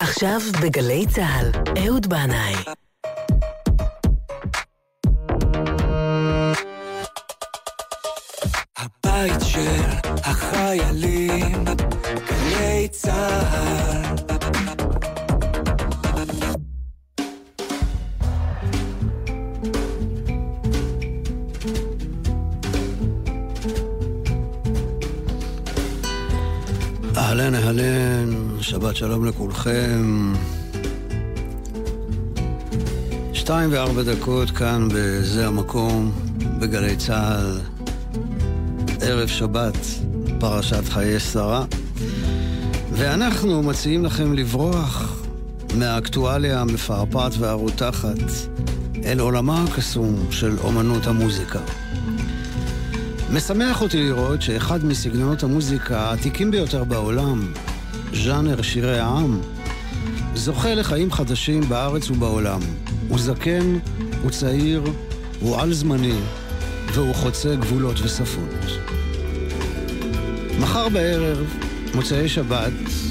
עכשיו בגלי צהל, אהוד בנאי. הבית של החיילים, גלי צהל. אהלן, אהלן, שבת שלום לכולכם. 2:04 כאן בזה המקום, בגלי צהל. ערב שבת, פרשת חיי שרה. ואנחנו מציעים לכם לברוח מהאקטואליה המפרפרת והרותחת אל עולמה הקסום של אומנות המוזיקה. משמח אותי לראות שאחד מסגנונות המוזיקה העתיקים ביותר בעולם, ז'אנר שירי העם, זוכה לחיים חדשים בארץ ובעולם. הוא זקן, הוא צעיר, הוא על זמני, והוא חוצה גבולות ושפות. מחר בערב, מוצאי שבת,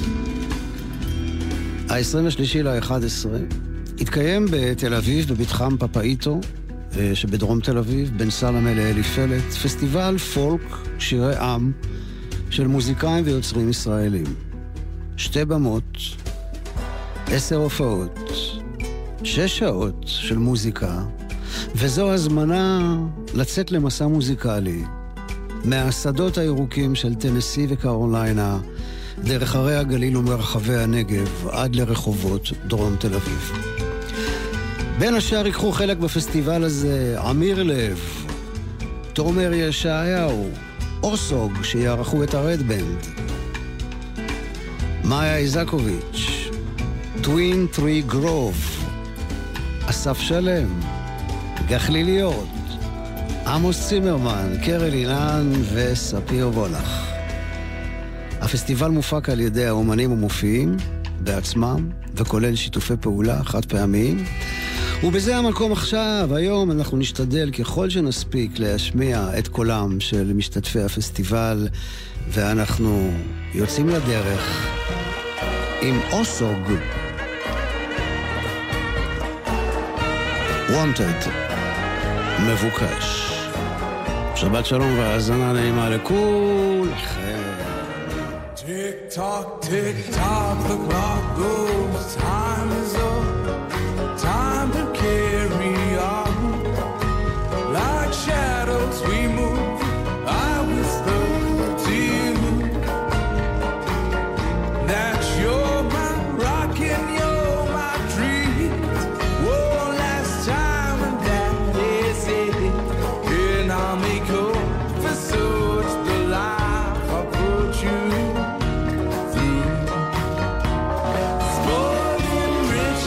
ה-23/11, יתקיים בתל אביב, במתחם פפאיטו, שבדרום תל אביב, בין סלמה לאליפלת, פסטיבל פולק שירי עם של מוזיקאים ויוצרים ישראלים. 2 במות, 10 הופעות, 6 שעות של מוזיקה, וזו הזמנה לצאת למסע מוזיקלי מהשדות הירוקים של טנסי וקרוליינה, דרך הרי הגליל ומרחבי הנגב עד לרחובות דרום תל אביב. בין השאר יקחו חלק בפסטיבל הזה אמיר לב, תומר ישעיהו, אוסוג שיערכו את הרדבנד, מאיה איזקוביץ', טווין טרי גרוב, אסף שלם, גחליליות, עמוס צימרמן, קרל אילן וספיר וולך. הפסטיבל מופק על ידי האומנים המופיעים בעצמם וכולל שיתופי פעולה חד פעמיים. ובזה המקום עכשיו, היום אנחנו נשתדל ככל שנספיק להשמיע את קולם של משתתפי הפסטיבל, ואנחנו יוצאים לדרך עם אוסוג. Wanted, מבוקש. שבת שלום והאזנה נעימה לכולכם. Tick tock, tick tock, the clock goes, time is up, time to carry on. Like shadows we move, I whisper to you that you're my rock and you're my dream. One last time and that is it. And I'll make up for such the life I put you. Spoiled and rich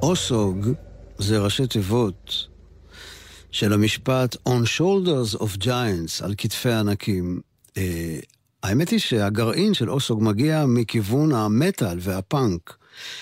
אוסוג זה ראשי תיבות של המשפט On Shoulders of Giants, על כתפי ענקים. האמת היא שהגרעין של אוסוג מגיע מכיוון המטל והפאנק,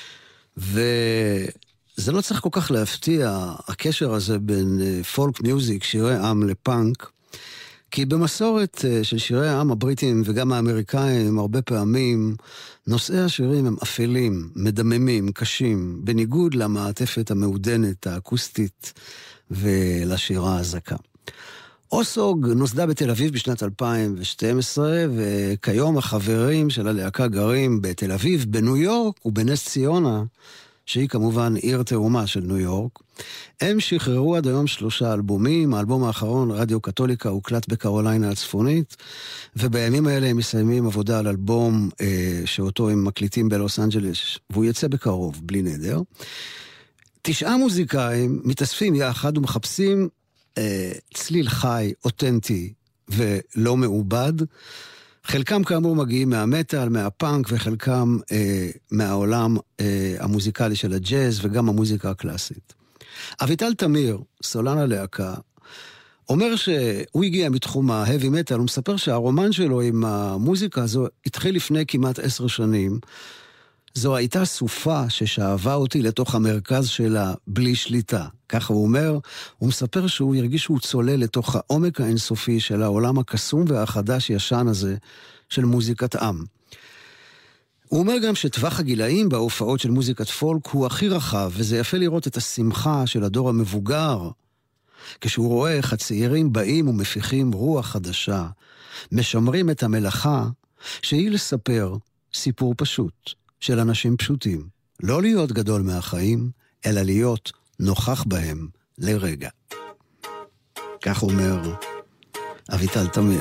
וזה לא צריך כל כך להפתיע, הקשר הזה בין פולק מיוזיק, שירי עם לפאנק, כי במסורת של שירי העם הבריטים וגם האמריקאים, הרבה פעמים נושאי השירים הם אפלים, מדממים, קשים, בניגוד למעטפת המעודנת, האקוסטית ולשירה הזקה. אוסוג נוסדה בתל אביב בשנת 2012, וכיום החברים של הלהקה גרים בתל אביב, בניו יורק ובנס ציונה, שהיא כמובן עיר תאומה של ניו יורק. הם שחררו עד היום 3 אלבומים, האלבום האחרון, רדיו קתוליקה, הוקלט בקרוליינה הצפונית, ובימים האלה הם מסיימים עבודה על אלבום שאותו הם מקליטים בלוס אנג'לס, והוא יצא בקרוב, בלי נדר. 9 מוזיקאים מתאספים יחד ומחפשים צליל חי, אותנטי ולא מעובד. חלקם כאמור מגיעים מהמטל, מהפאנק, וחלקם מהעולם המוזיקלי של הג'אז וגם המוזיקה הקלאסית. אביטל תמיר, סולן הלהקה, אומר שהוא הגיע מתחום ההאבי מטל, הוא מספר שהרומן שלו עם המוזיקה הזו התחיל לפני כמעט 10 שנים. זו הייתה סופה ששאבה אותי לתוך המרכז שלה בלי שליטה. ככה הוא אומר, הוא מספר שהוא הרגיש שהוא צולל לתוך העומק האינסופי של העולם הקסום והחדש ישן הזה של מוזיקת עם. הוא אומר גם שטווח הגילאים בהופעות של מוזיקת פולק הוא הכי רחב, וזה יפה לראות את השמחה של הדור המבוגר, כשהוא רואה איך הצעירים באים ומפיחים רוח חדשה, משמרים את המלאכה שהיא לספר סיפור פשוט. של אנשים פשוטים, לא להיות גדול מהחיים, אלא להיות נוכח בהם לרגע. כך אומר אביטל תמיר.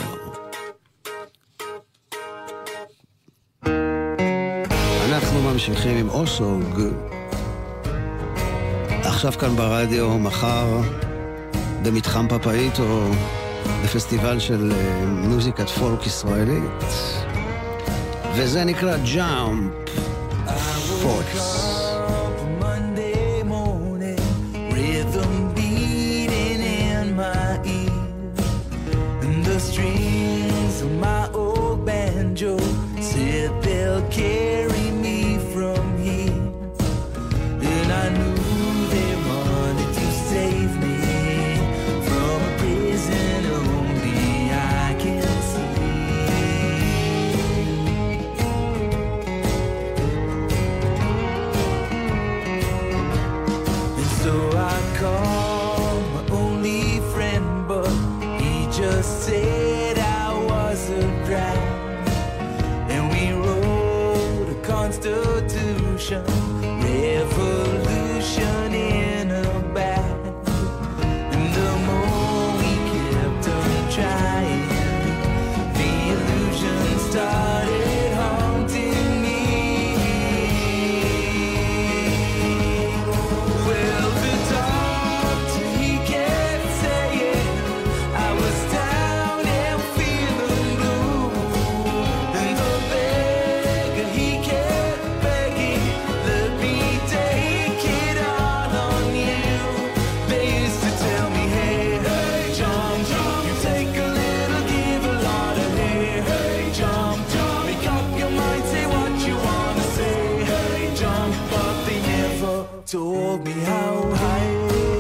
אנחנו ממשיכים עם אוסוג, עכשיו כאן ברדיו, מחר במתחם פפאיטו, בפסטיבל של מוזיקת פולק ישראלית, וזה נקרא ג'אמפ פולקס. Monday morning, rhythm beating in my ear, and the strings of my old banjo said they'll carry me from here, and I knew they wanted to save me from a prison only I can see. So I called my only friend, but he just said I was a drag. And we wrote a constitution, revolution in a bag. And the more we kept on trying, the illusion started haunting me. Well, the doctor, he kept saying I was down and feeling blue, and the beggar, he kept begging, let me take it all on you. They used to tell me, hey, hey, John, you take a little, give a lot of, hey, hey, John, make up your mind, say what you wanna say, hey, John, but they never told me how high.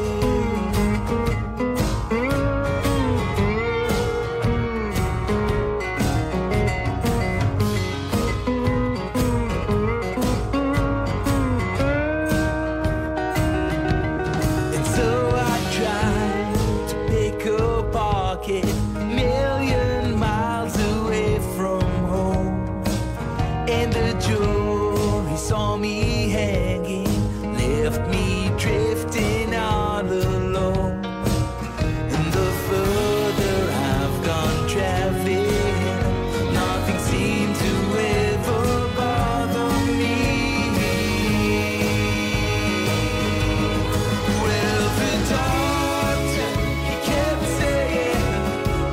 And so I tried to pick a pocket, million miles away from home. And the jury saw me hanging, left me drifting all alone. And the further I've gone traveling, nothing seemed to ever bother me. Well, the doctor, he kept saying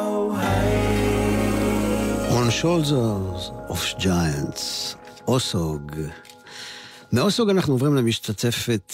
On Shoulders of Giants, אוסוג. מאוסוג אנחנו עוברים למשתתפת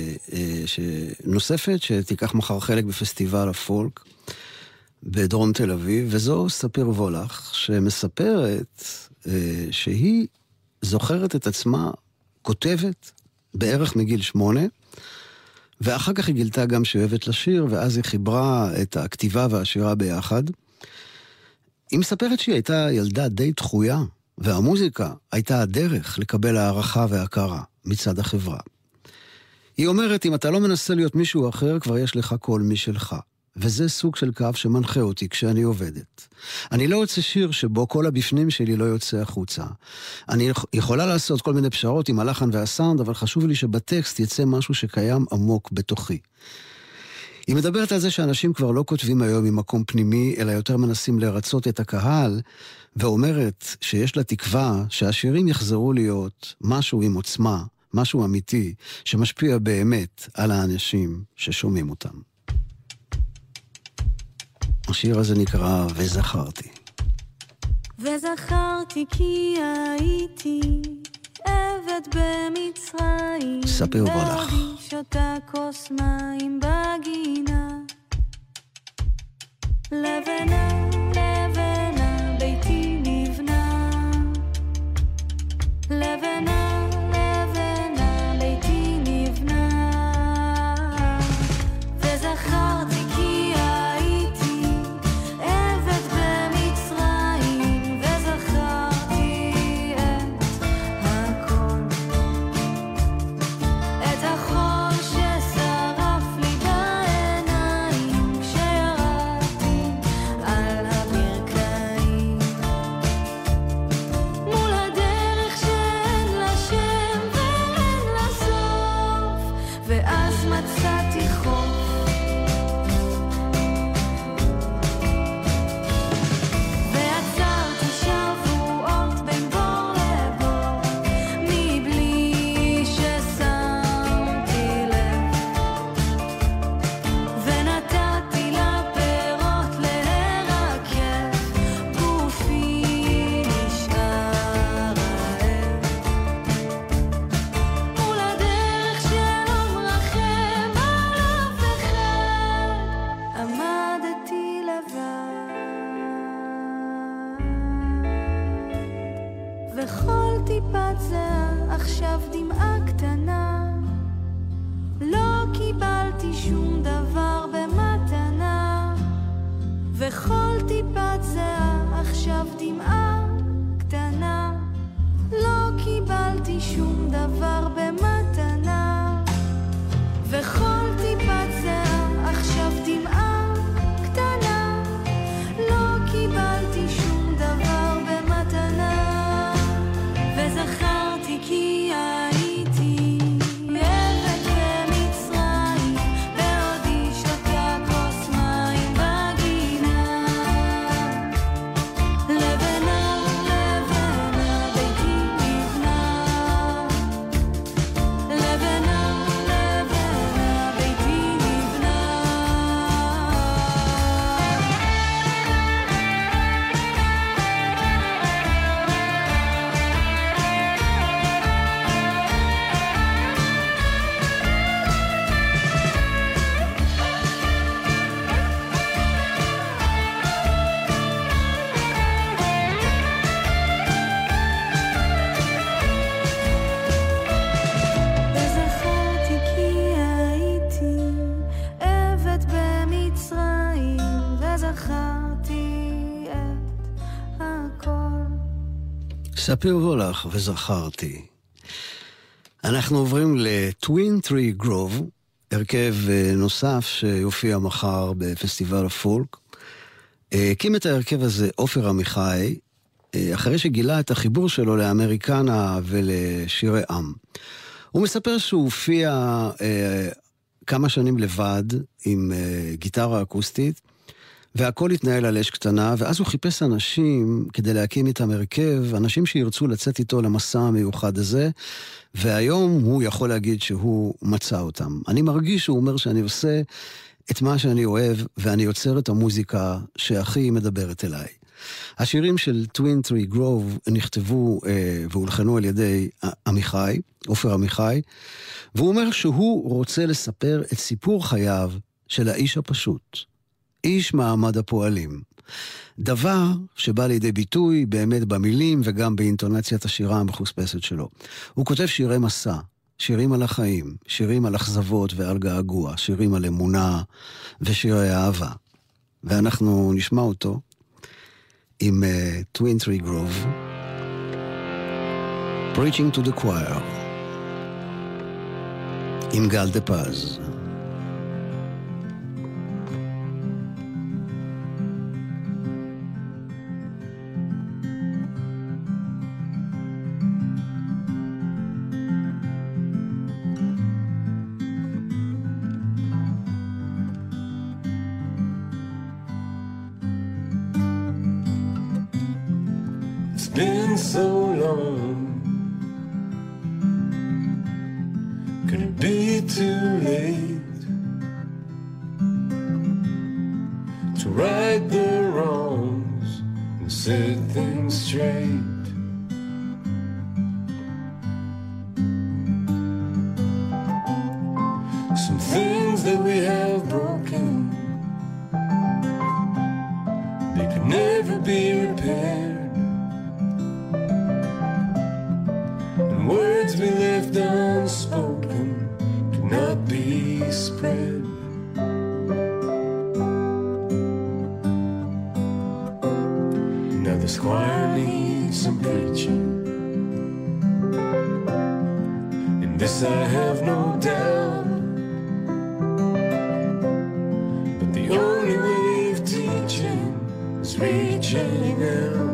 נוספת שתיקח מחר חלק בפסטיבל הפולק בדרום תל אביב, וזו ספיר וולך, שמספרת שהיא זוכרת את עצמה כותבת בערך מגיל 8, ואחר כך היא גילתה גם שאוהבת לשיר, ואז היא חיברה את הכתיבה והשירה ביחד. היא מספרת שהיא הייתה ילדה די דחויה, והמוזיקה הייתה הדרך לקבל הערכה והכרה מצד החברה. היא אומרת, אם אתה לא מנסה להיות מישהו אחר, כבר יש לך קול משלך. וזה סוג של קו שמנחה אותי כשאני עובדת. אני לא רוצה שיר שבו כל הבפנים שלי לא יוצא החוצה. אני יכולה לעשות כל מיני פשרות עם הלחן והסאונד, אבל חשוב לי שבטקסט יצא משהו שקיים עמוק בתוכי. היא מדברת על זה שאנשים כבר לא כותבים היום ממקום פנימי, אלא יותר מנסים לרצות את הקהל, ואומרת שיש לה תקווה שהשירים יחזרו להיות משהו עם עוצמה, משהו אמיתי, שמשפיע באמת על האנשים ששומעים אותם. השיר הזה נקרא וזכרתי. וזכרתי כי הייתי עבד במצרים, ספיר וולך. שותה כוס מים בגינה, לבנה לבנה ביתי נבנה, לבנה לבנה ביתי נבנה. וזכרתי כי הייתי עבד במצרים, וזכרתי את הכל, את החול ששרף לי בעיניים כשירדתי על הברכיים, מול הדרך שאין לה שם ואין לה סוף, ואז מצאתי חוף. ועצרתי שבועות בין בור לבור, מבלי ששמתי לב, ונתתי לפירות להירקב, גופי נשאר רעב, מול הדרך שלא מרחם על אף אחד, עמדתי לבד. וכל טיפת זהה עכשיו דמעה קטנה, לא קיבלתי שום דבר במתנה. וכל טיפת זהה עכשיו דמעה קטנה, לא קיבלתי שום דבר במתנה. וכל טיפת זהה עכשיו דמעה קטנה, לא קיבלתי שום דבר במתנה. וזכרתי כי הייתי עבד במצרים, בעודי שותה כוס מים בגינה, לבנה לבנה ביתי נבנה, לבנה לבנה ביתי נבנה. וזכרתי כי הייתי עבד במצרים, וזכרתי את הכל. ספיר וולך וזכרתי. אנחנו עוברים לטווין טרי גרוב, הרכב נוסף שיופיע מחר בפסטיבל הפולק. הקים את ההרכב הזה עופר עמיחי, אחרי שגילה את החיבור שלו לאמריקנה ולשירי עם. הוא מספר שהוא הופיע כמה שנים לבד עם גיטרה אקוסטית, והכל התנהל על אש קטנה, ואז הוא חיפש אנשים כדי להקים איתם הרכב, אנשים שירצו לצאת איתו למסע המיוחד הזה, והיום הוא יכול להגיד שהוא מצא אותם. אני מרגיש, הוא אומר, שאני עושה את מה שאני אוהב, ואני יוצר את המוזיקה שהכי מדברת אליי. השירים של טווין טרי גרוב נכתבו והולחנו על ידי עמיחי, עופר עמיחי, והוא אומר שהוא רוצה לספר את סיפור חייו של האיש הפשוט, איש מעמד הפועלים. דבר שבא לידי ביטוי באמת במילים וגם באינטונציית השירה המחוספסת שלו. הוא כותב שירי מסע, שירים על החיים, שירים על אכזבות ועל געגוע, שירים על אמונה ושירי אהבה. ואנחנו נשמע אותו עם טווין טרי גרוב, Preaching to the Choir, עם גל דה פז. Been so long, could it be too late to right the wrongs and set things straight? Some things that we have broken, they could never be repaired. Words we left unspoken cannot be spread. Now this choir needs some preaching, and this I have no doubt. But the only way of teaching is reaching out.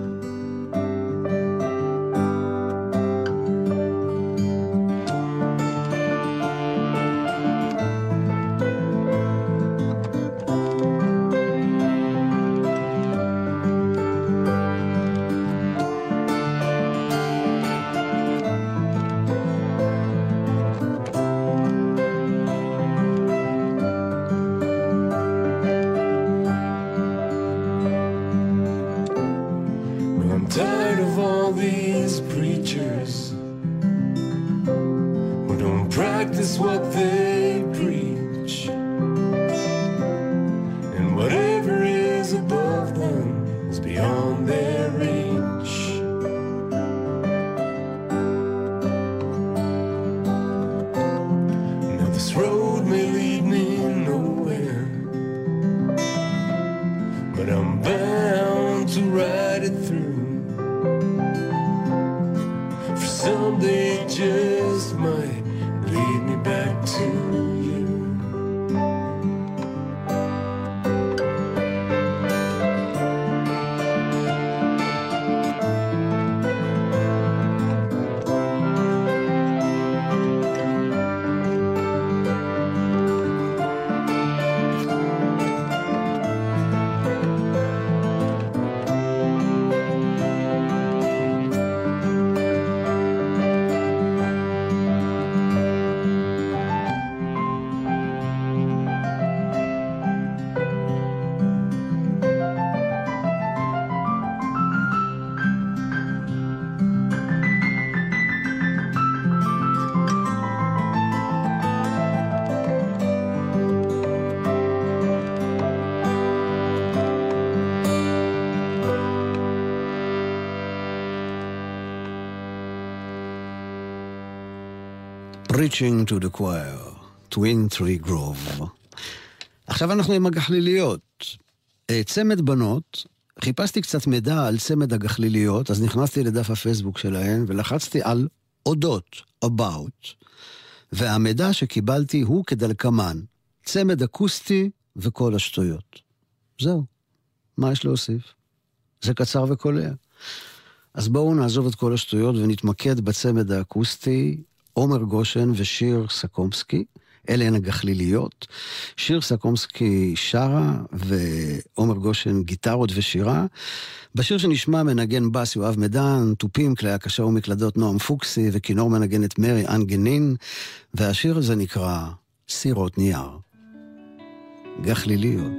Preaching to the Choir, Twin Tree Grove. עכשיו אנחנו עם הגחליליות. צמד בנות, חיפשתי קצת מידע על צמד הגחליליות, אז נכנסתי לדף הפייסבוק שלהן ולחצתי על אודות, about, והמידע שקיבלתי הוא כדלקמן, צמד אקוסטי וכל השטויות. זהו, מה יש להוסיף? זה קצר וקולע. אז בואו נעזוב את כל השטויות ונתמקד בצמד האקוסטי, עומר גושן ושיר סקומסקי, אלה הן הגחליליות. שיר סקומסקי שרה ועומר גושן גיטרות ושירה. בשיר שנשמע מנגן בס יואב מדן, טופים, כלי הקשה ומקלדות נועם פוקסי, וכינור מנגנת מרי אנגנין, והשיר הזה נקרא סירות נייר. גחליליות.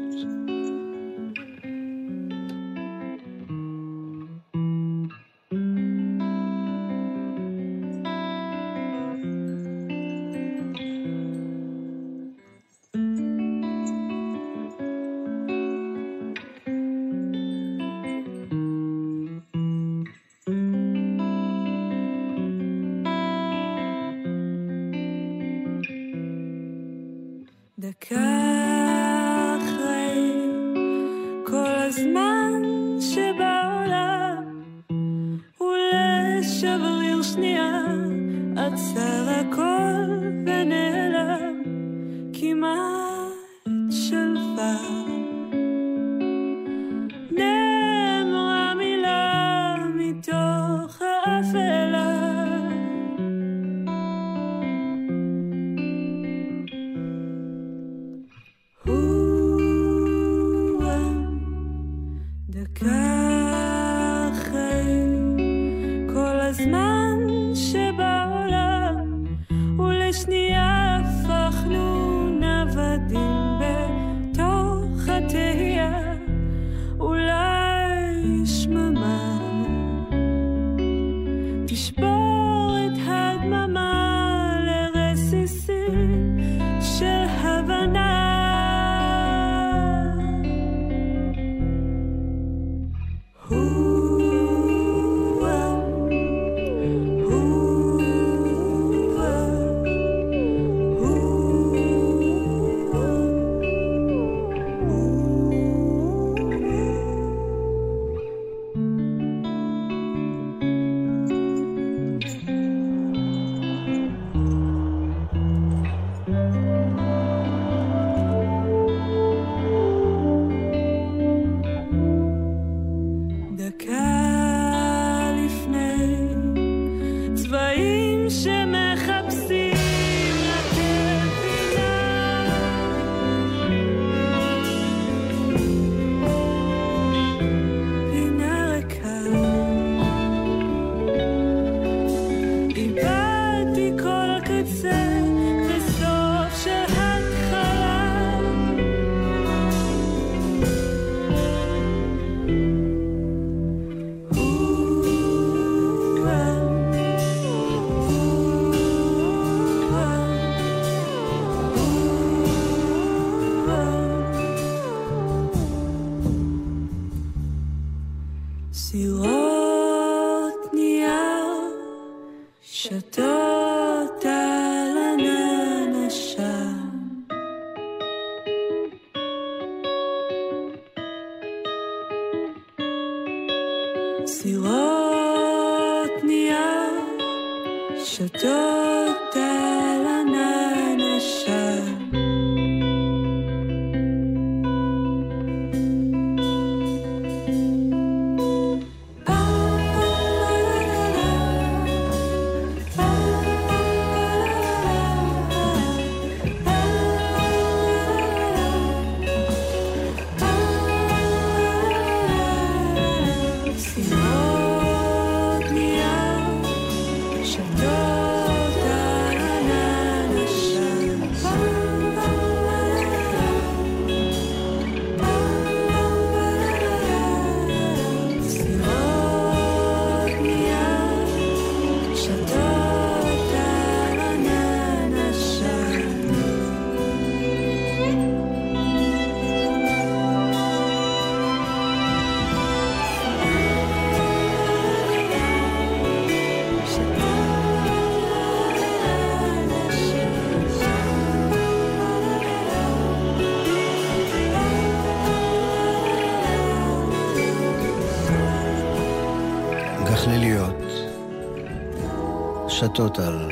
שתות על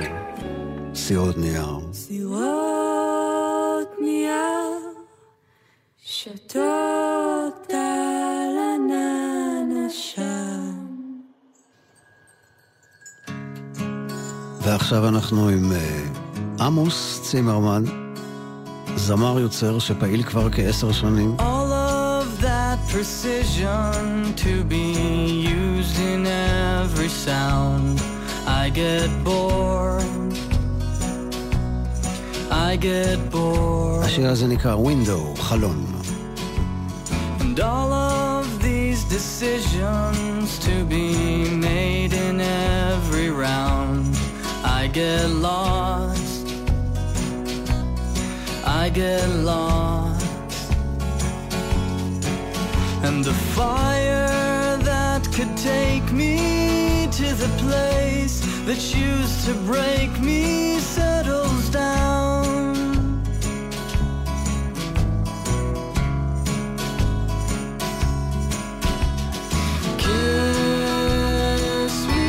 סירות נייר. סירות נייר שתות על ענן עשן. ועכשיו אנחנו עם עמוס צימרמן, זמר יוצר שפעיל כבר כ10 שנים. All of that precision to be used in every sound. I get bored. I get bored. השיר הזה נקרא Window, חלון. And all of these decisions to be made in every round, I get lost, I get lost. And the fire that could take me to the place that used to break me settles down. Kiss me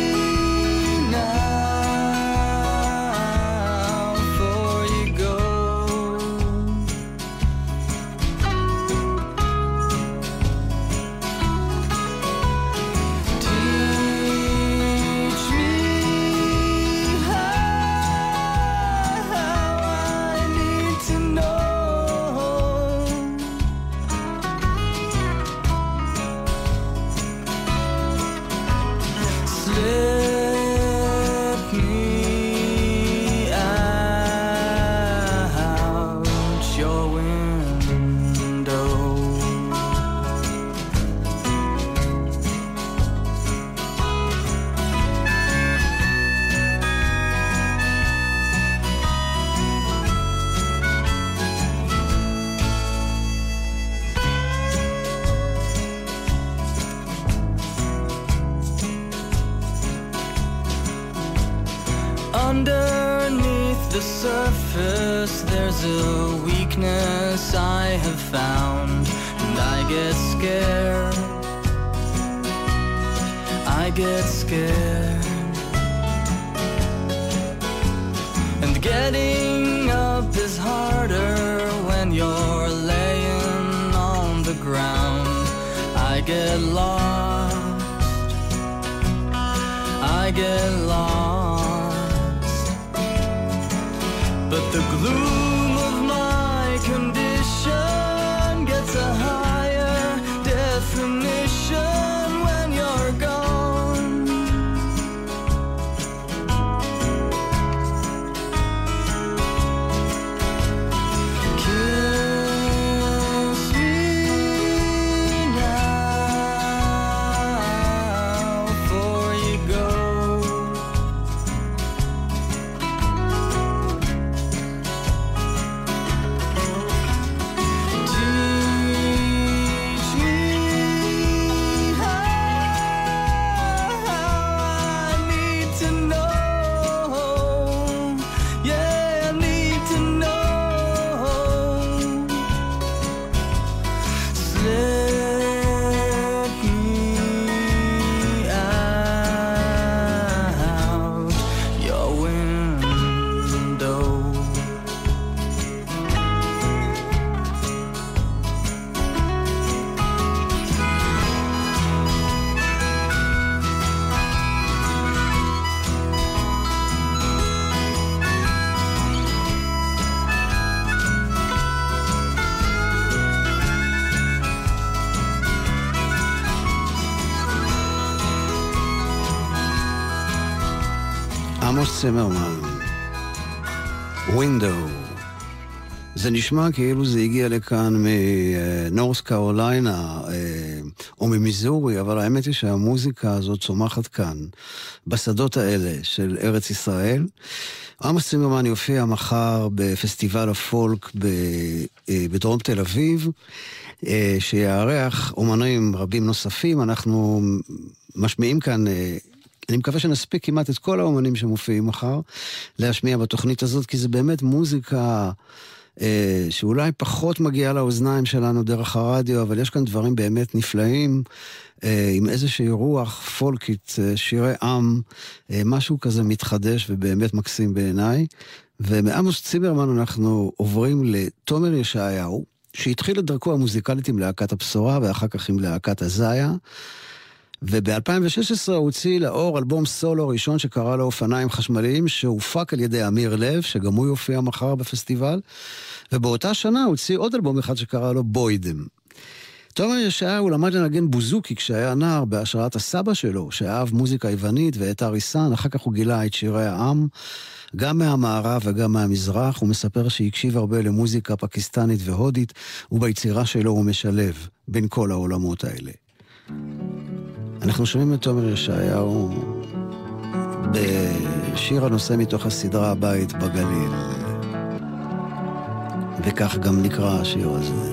now before you go. Teach me how I need to know. Slip me out your window. Underneath the surface, there's a weakness I have found, and I get scared. I get scared. And getting up is harder when you're laying on the ground. I get lost. I get lost. But the gloom of my condition gets a higher definition when you're gone. Kiss me now before you go. Teach me how I need to know. Yeah, I need to know. Slip me out your window. עמוס צימרמן, Window. זה נשמע כאילו זה הגיע לכאן מנורת' קרוליינה או ממיזורי, אבל האמת היא שהמוזיקה הזאת צומחת כאן, בשדות האלה של ארץ ישראל. עמוס צימרמן יופיע מחר בפסטיבל הפולק בדרום תל אביב, שיערך אומנים רבים נוספים. אנחנו משמיעים כאן, אני מקווה שנספיק כמעט את כל האומנים שמופיעים מחר להשמיע בתוכנית הזאת, כי זה באמת מוזיקה שאולי פחות מגיעה לאוזניים שלנו דרך הרדיו, אבל יש כאן דברים באמת נפלאים, עם איזושהי רוח פולקית, שירי עם, משהו כזה מתחדש ובאמת מקסים בעיניי. ומעמוס צימרמן אנחנו עוברים לתומר ישעיהו, שהתחיל את דרכו המוזיקלית עם להקת הבשורה, ואחר כך עם להקת הזיה, וב-2016 הוא הוציא לאור אלבום סולו ראשון שקרא לו אופניים חשמליים, שהופק על ידי אמיר לב, שגם הוא יופיע מחר בפסטיבל, ובאותה שנה הוא הוציא עוד אלבום אחד שקרא לו בוידם. תומר ישעיהו למד לנגן בוזוקי כשהיה נער בהשראת הסבא שלו, שאהב מוזיקה יוונית ואת אריסן. אחר כך הוא גילה את שירי העם, גם מהמערב וגם מהמזרח. הוא מספר שהקשיב הרבה למוזיקה פקיסטנית והודית, וביצירה שלו הוא משלב בין כל העולמות האלה. אנחנו שומעים את תומר ישעיהו בשיר הנושא מתוך הסדרה הבית בגליל, וכך גם נקרא השיר הזה.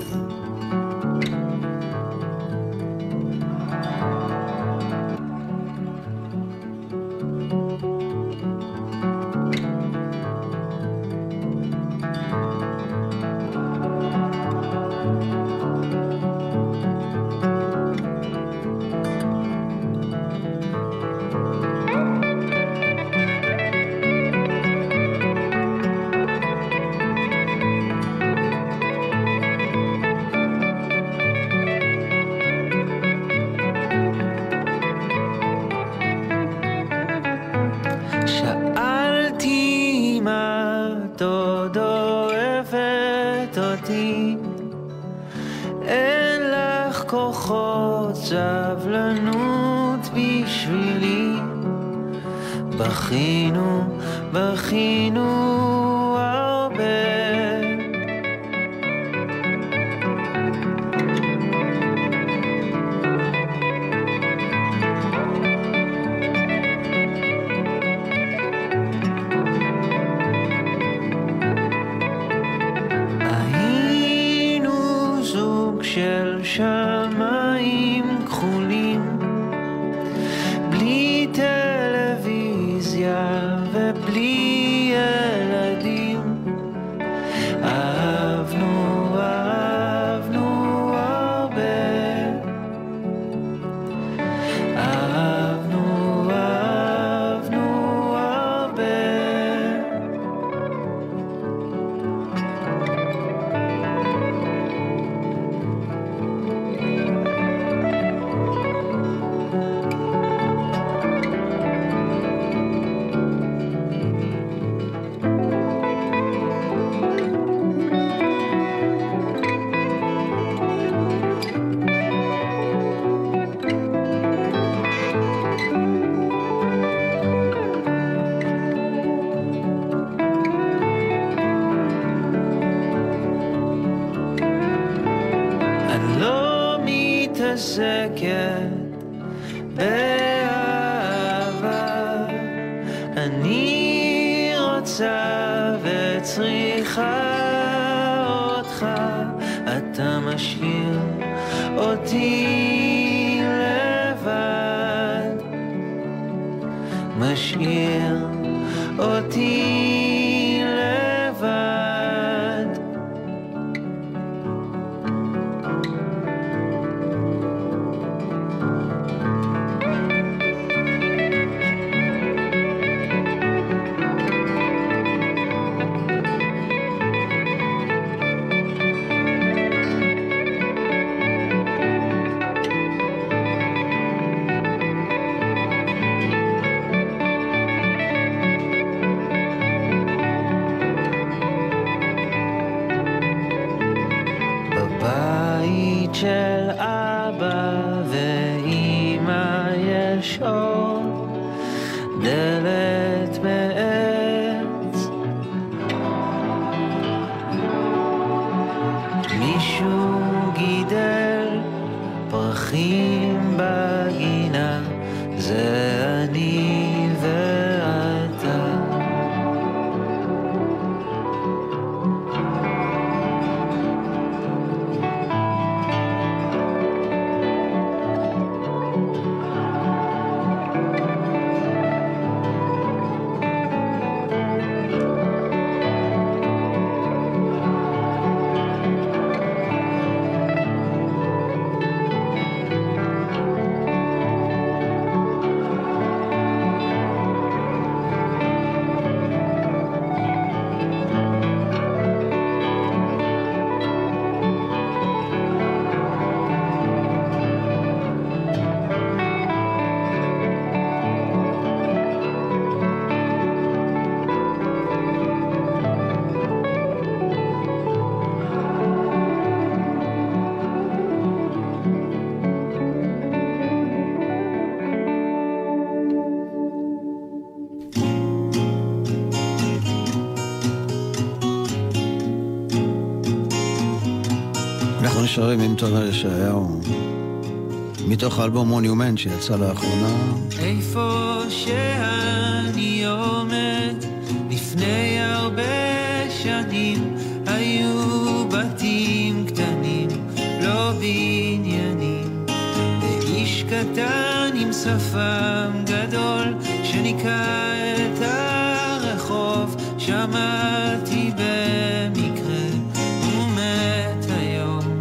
שרים עם תומר ישעיהו מתוך האלבום מונומנט שיצא לאחרונה. איפה שאני עומד לפני הרבה שנים היו בתים קטנים לא בניינים ואיש קטן עם שפם גדול שניקה את הרחוב שמעתי במקרה הוא מת היום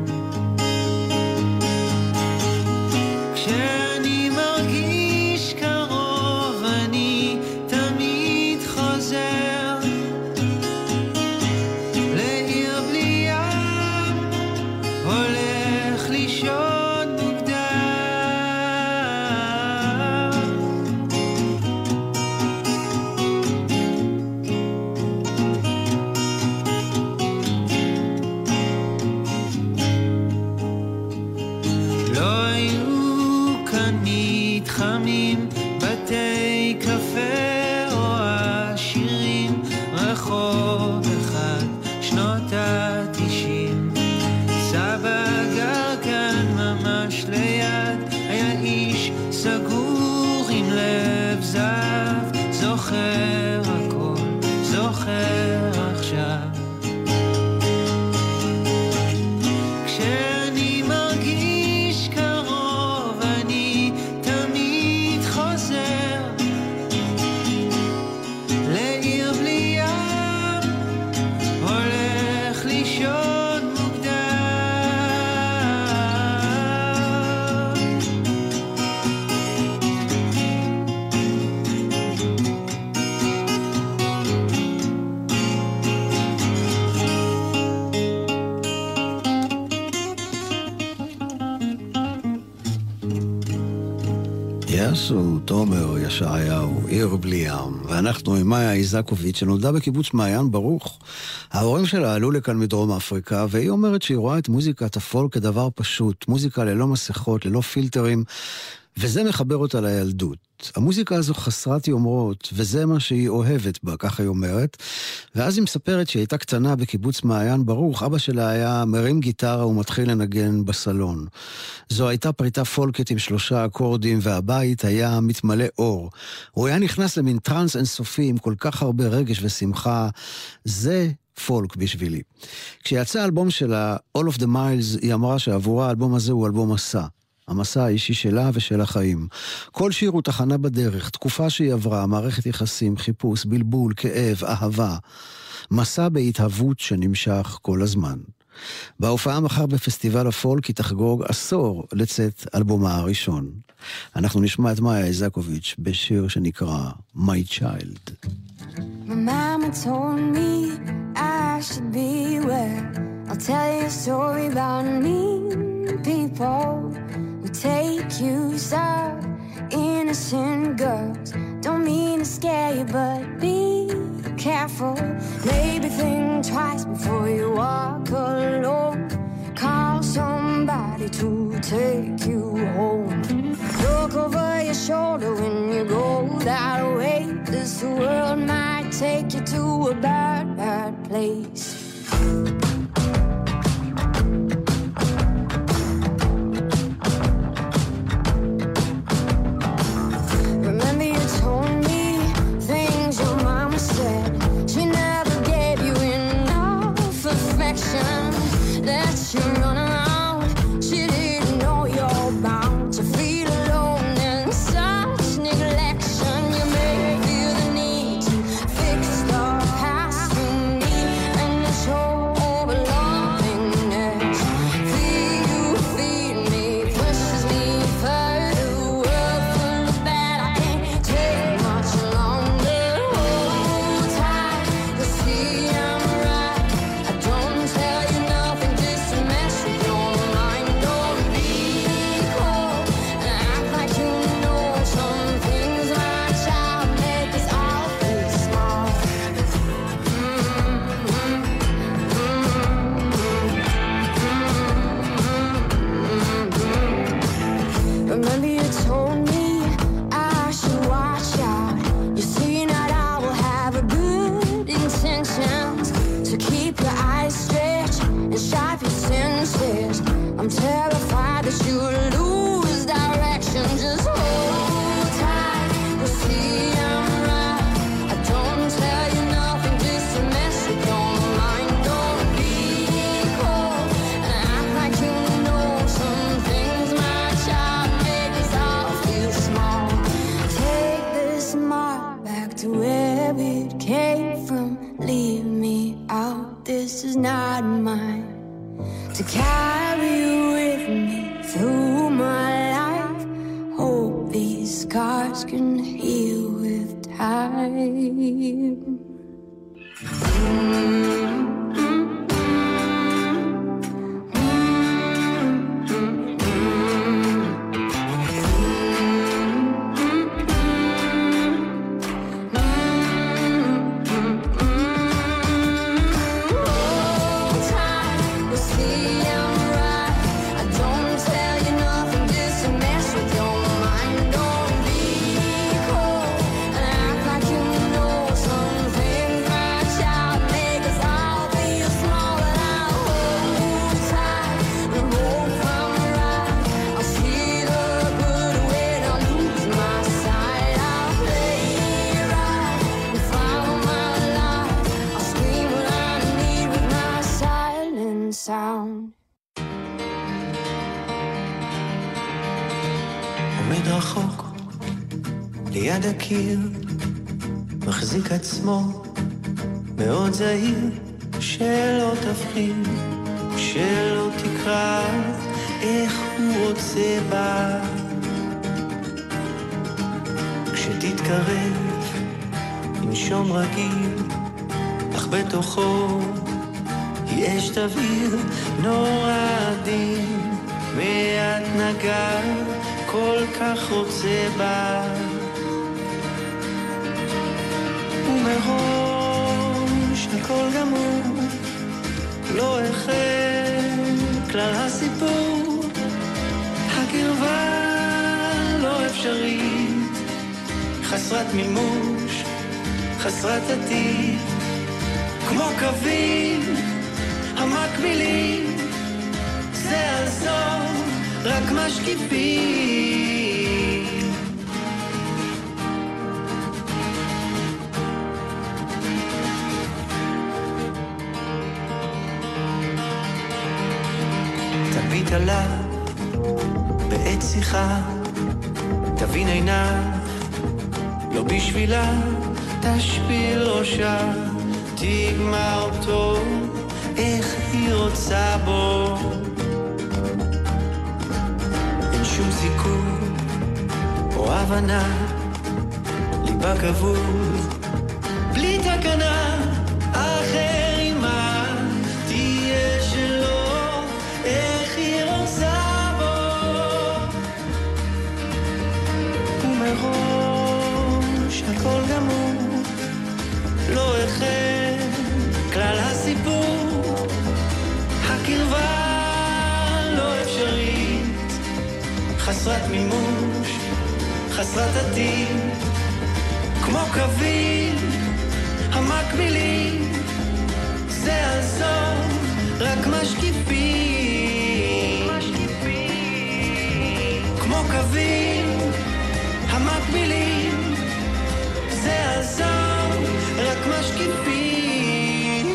כשאני מרגיש קרוב אני תמיד חוזר לעיר בלי ים הולך לישון מוקדם לא היו כאן מתחמים בתי קפה או עשירים רחוב אחד שנות ה-90 סבא גר כאן ממש ליד היה איש סגור עם לב זהב זוכר הכל זוכר עכשיו כשאני מרגיש קרוב אני תמיד חוזר לעיר בלי ים הולך לישון מוקדם יסו, תומר, ישעיהו, עיר בלי ים. ואנחנו עם מאיה איזקוביץ' שנולדה בקיבוץ מעיין ברוך. ההורים שלה עלו לכאן מדרום אפריקה, והיא אומרת שהיא רואה את מוזיקת הפולק כדבר פשוט, מוזיקה ללא מסכות, ללא פילטרים, וזה מחבר אותה לילדות. המוזיקה הזו חסרת יומרות, וזה מה שהיא אוהבת בה, ככה היא אומרת. ואז היא מספרת שהיא הייתה קטנה בקיבוץ מעיין ברוך, אבא שלה היה מרים גיטרה ומתחיל לנגן בסלון. זו הייתה פריטה פולקית עם 3 אקורדים, והבית היה מתמלא אור. הוא היה נכנס למין טרנס אינסופי עם כל כך הרבה רגש ושמחה. זה פולק בשבילי. כשיצא האלבום שלה, All of the Miles, היא אמרה שעבורה האלבום הזה הוא אלבום מסע. המסע האישי שלה ושל החיים. כל שיר הוא תחנה בדרך, תקופה שהיא עברה, מערכת יחסים, חיפוש, בלבול, כאב, אהבה. מסע בהתהוות שנמשך כל הזמן. בהופעה מחר בפסטיבל הפולק היא תחגוג 10 לצאת אלבומה הראשון. אנחנו נשמע את מאיה איזקוביץ' בשיר שנקרא My Child. My mama told me I should beware. I'll tell you a story about mean people who take you side, innocent girls. Don't mean to scare you, but be careful. Maybe think twice before you walk alone. Call somebody to take you home. Look over your shoulder when you go that way. This world might take you to a bad, bad place. Remember you told me things your mama said. She never gave you enough affection. That you run around. She didn't know you're bound to feel alone and such neglection. You may feel the need to fix the past you need, and it's scars can heal with time. עומד רחוק ליד הקיר, מחזיק עצמו מאוד זהיר, שלא תבחין, שלא תקרא איך הוא רוצה בה. כשתתקרב ינשום רגיל, אך בתוכו היא אש תבעיר נורא עדין, מעט נגע כל כך רוצה בה. ומראש הכל גמור, לא החל כלל הסיפור, הקרבה לא אפשרית, חסרת מימוש, חסרת עתיד, כמו קווים המקבילים, זה על זו רק משקיפים. תביט עליו בעת שיחה, תבין עיניו לא בשבילה, תשפיל ראשה, תגמר אותו איך היא רוצה בו. אין שום סיכוי או הבנה, ליבה כבול בלי תקנה, אחר עימה תהיה שלו איך היא רוצה בו. ומראש הכל גמור, לא החל כלל הסיפור, הקרבה לא אפשרית, חסרת מימוש, חסרת עתיד, כמו קווים המקבילים, זה על זו רק משקיפים, כמו קווים המקבילים, זה על זו רק משקיפים.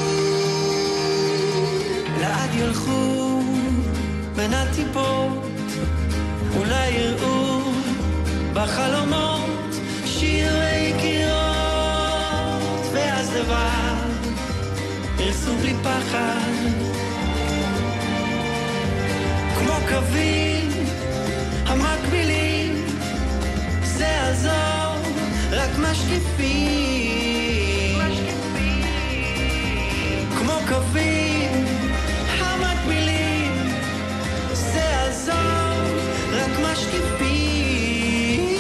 לעד ילכו בין הטיפות, אולי יראו בחלומות שירי קירות, ואז דבר ירסו בלי פחד, כמו קווים המקבילים, זה על זו רק משקיפים, כמו קווים המקבילים, זה על זו רק משקיפים.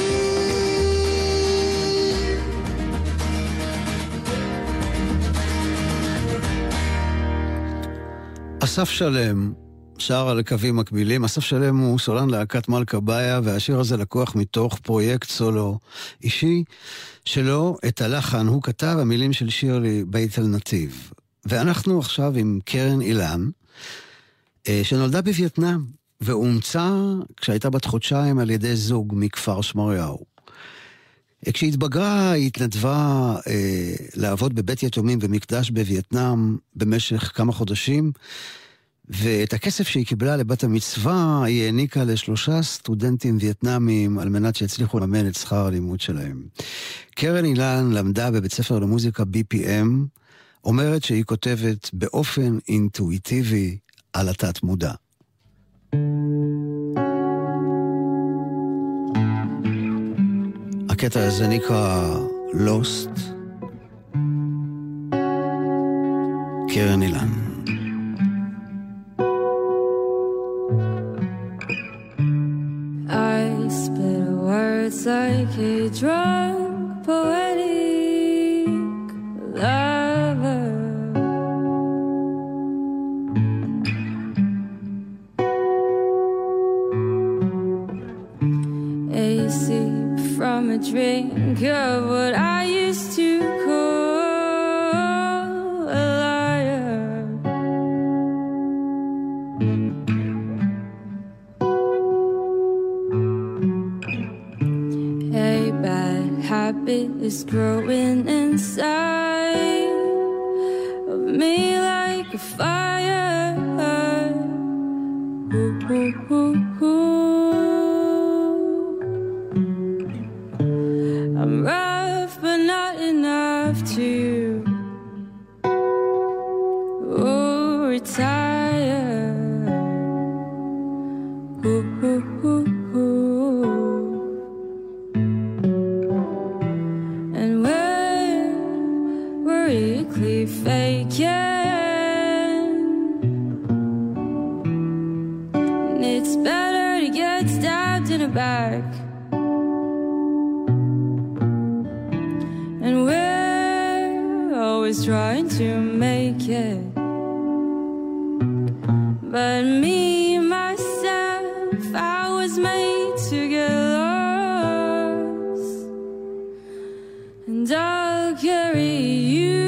אסף שלם שר על קווים מקבילים. אסף שלם הוא סולן להקת מלכה באיה, והשיר הזה לקוח מתוך פרויקט סולו אישי שלו. את הלחן הוא כתב, המילים של שירלי בית אל נתיב. ואנחנו עכשיו עם קרן אילן, שנולדה בווייטנאם ואומצה כשהייתה בת חודשיים על ידי זוג מכפר שמריהו. כשהתבגרה היא התנדבה לעבוד בבית יתומים במקדש בווייטנאם במשך כמה חודשים, ואת הכסף שהיא קיבלה לבת המצווה היא העניקה ל3 סטודנטים וייטנאמים על מנת שיצליחו לממן את שכר הלימוד שלהם. קרן אילן למדה בבית ספר למוזיקה BPM, אומרת שהיא כותבת באופן אינטואיטיבי על התת מודע. הקטע הזה נקרא Lost. קרן אילן. I spit words like a drunk poetic lover. A sip from a drink of what I used to call a liar. A bad habit is growing inside of me like a fire. Ooh, ooh, ooh, ooh. I'm rough but not enough to retire. Ooh, ooh, ooh, ooh. And we're weakly faking. And it's better to get stabbed in the back. And we're always trying to make it. But me, myself, I was made to get lost. And I'll carry you.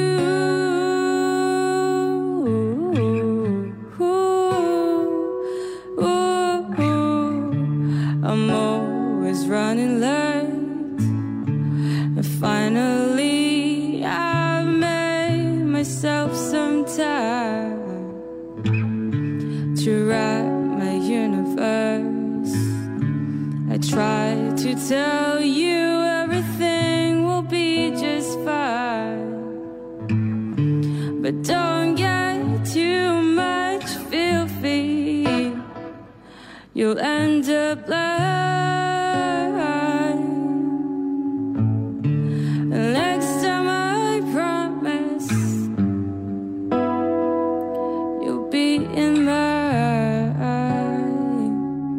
I'm always running late. And finally I've made myself some time to wrap my universe. I try to tell you everything will be just fine, but don't get too much filthy. You'll end up blind. And next time I promise you'll be in mine.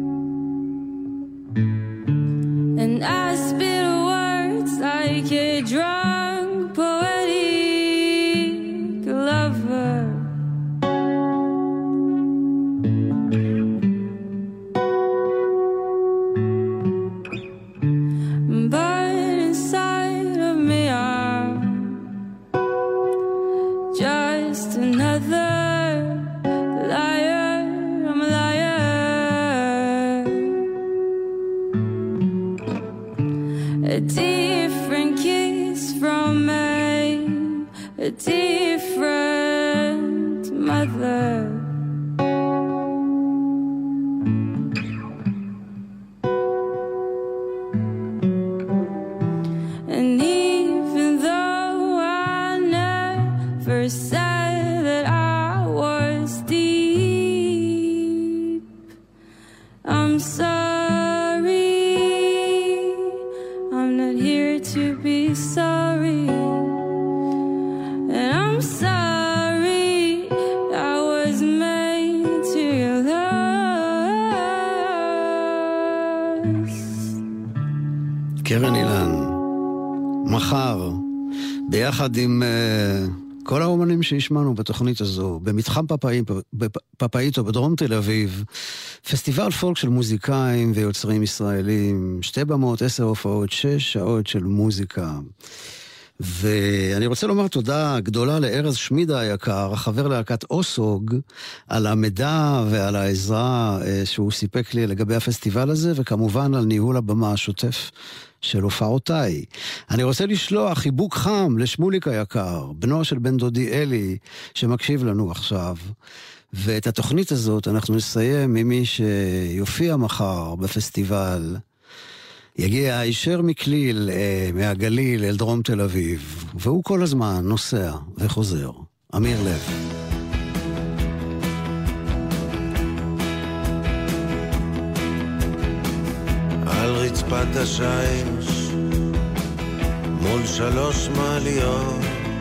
And I spit words like a drunk poetic lover. But inside of me I'm just another liar. I'm a liar. A different kiss from a different mother. And even though I never said that I was deep, I'm sorry. I'm not here to be sorry. And I'm sorry I was made to get lost. קרן אילן, מחר, ביחד עם כל האומנים שהשמענו בתוכנית הזו, במתחם פפאיטו בדרום תל אביב, פסטיבל פולק של מוזיקאים ויוצרים ישראלים, 2 במות, 10 הופעות, 6 שעות של מוזיקה. ואני רוצה לומר תודה גדולה לארז שמידה היקר, החבר להקת אוסוג, על המידע ועל העזרה שהוא סיפק לי לגבי הפסטיבל הזה, וכמובן על ניהול הבמה השוטף של הופעותיי. אני רוצה לשלוח חיבוק חם לשמוליק היקר, בנו של בן דודי אלי, שמקשיב לנו עכשיו. ואת התוכנית הזאת אנחנו נסיים ממי שיופיע מחר בפסטיבל. יגיע הישר מכליל, מהגליל אל דרום תל אביב, והוא כל הזמן נוסע וחוזר. אמיר לב. על רצפת השייש מול 3 מעליות,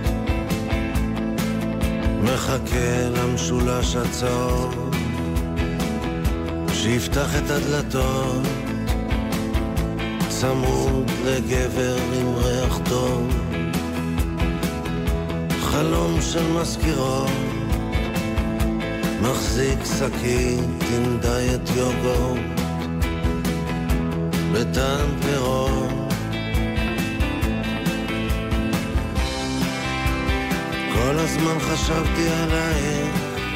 מחכה למשולש הצהוב שיפתח את הדלתות, צמוד לגבר עם ריח טוב, חלום של מזכירות, מחזיק שקית עם דיאט יוגורט בטעם פירות. כל הזמן חשבתי עלייך,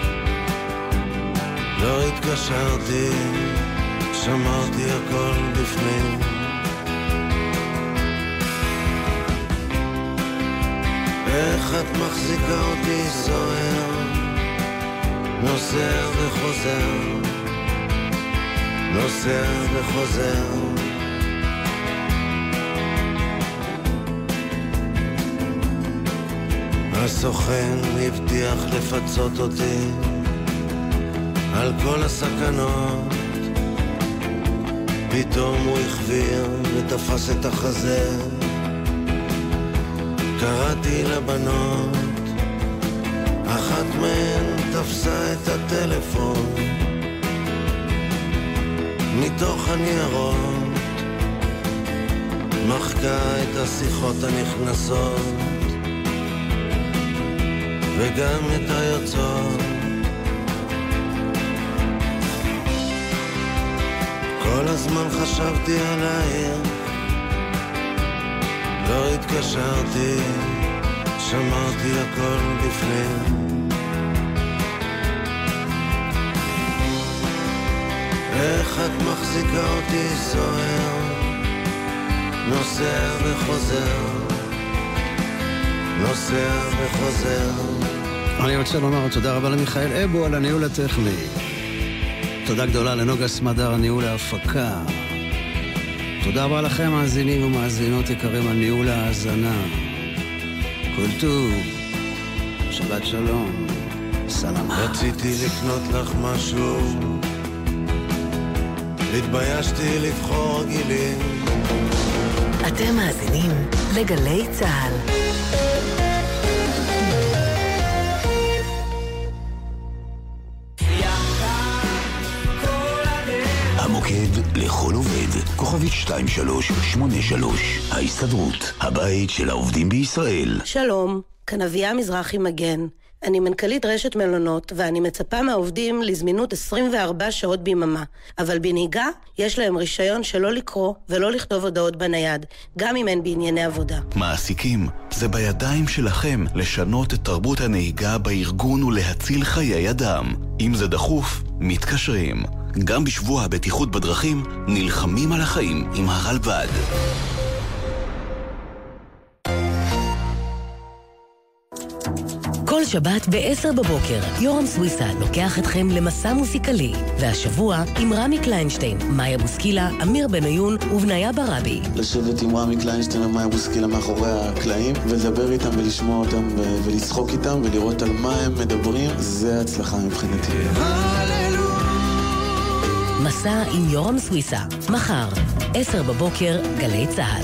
לא התקשרתי, שמרתי הכל בפנים. איך את מחזיקה אותי סוער, נוסע וחוזר, נוסע וחוזר. הסוכן הבטיח לפצות אותי על כל הסכנות, פתאום הוא החביר ותפס את החזה. קראתי לבנות, אחת מהן תפסה את הטלפון מתוך הניירות, מחקה את השיחות הנכנסות וגם את היוצאות. כל הזמן חשבתי עלייך, לא התקשרתי, שמרתי הכל בפנים. איך את מחזיקה אותי סוער, נוסע וחוזר, נוסע וחוזר. אני רוצה לומר תודה רבה למיכאל אבו על הניהול הטכני. תודה גדולה לנוגה סמדר, הניהול ההפקה. תודה רבה לכם מאזינים ומאזינות יקרים על ניהול ההאזנה. כל טוב, שבת שלום, סלאם. רציתי לקנות לך משהו, התביישתי לבחור גילים. אתם מאזינים לגלי צהל. המוקד לכל עובד, כוכבית 2383, ההסתדרות, הבית של העובדים בישראל. שלום, כאן אביה מזרחי מגן. אני מנכ"לית רשת מלונות, ואני מצפה מהעובדים לזמינות 24 שעות ביממה. אבל בנהיגה יש להם רישיון שלא לקרוא ולא לכתוב הודעות בנייד, גם אם אין בענייני עבודה. מעסיקים, זה בידיים שלכם לשנות את תרבות הנהיגה בארגון ולהציל חיי אדם. אם זה דחוף, מתקשרים. גם בשבוע הבטיחות בדרכים, נלחמים על החיים עם הרלב"ד. כל שבת ב-10 בבוקר, יורם סוויסה לוקח אתכם למסע מוסיקלי. והשבוע עם רמי קליינשטיין, מאיה בוסקילה, אמיר בניון ובניה ברבי. לשבת עם רמי קליינשטיין ומאיה בוסקילה מאחורי הקלעים, ולדבר איתם ולשמוע אותם ולצחוק איתם ולראות על מה הם מדברים, זה הצלחה מבחינתי. מסע עם יורם סוויסה, מחר, 10 בבוקר, גלי צהל.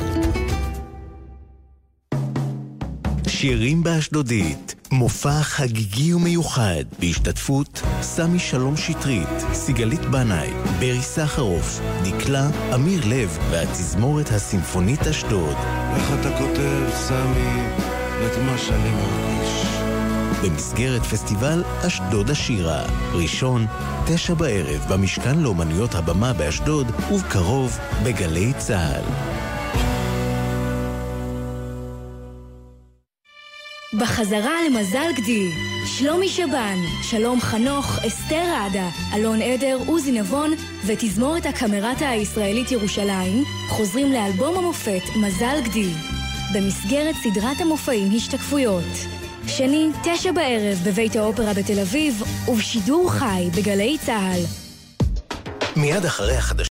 שירים באשדודית, מופע חגיגי ומיוחד בהשתתפות סמי שלום שטרית, סיגלית בנאי, ברי סחרוף, דקלה, אמיר לב והתזמורת הסימפונית אשדוד. איך אתה כותב, סמי, את מה שאני מרגיש? במסגרת פסטיבל אשדוד השירה, ראשון, 9 בערב במשכן לאומנויות הבמה באשדוד, ובקרוב בגלי צהל. בחזרה למזל גדי, שלומי שבן, שלום חנוך, אסתר רעדה, אלון עדר, עוזי נבון ותזמורת הקמרטה הישראלית ירושלים חוזרים לאלבום המופת מזל גדי במסגרת סדרת המופעים השתקפויות. שני, 9 בערב בבית האופרה בתל אביב ובשידור חי בגלי צהל. מיד אחרי החדשות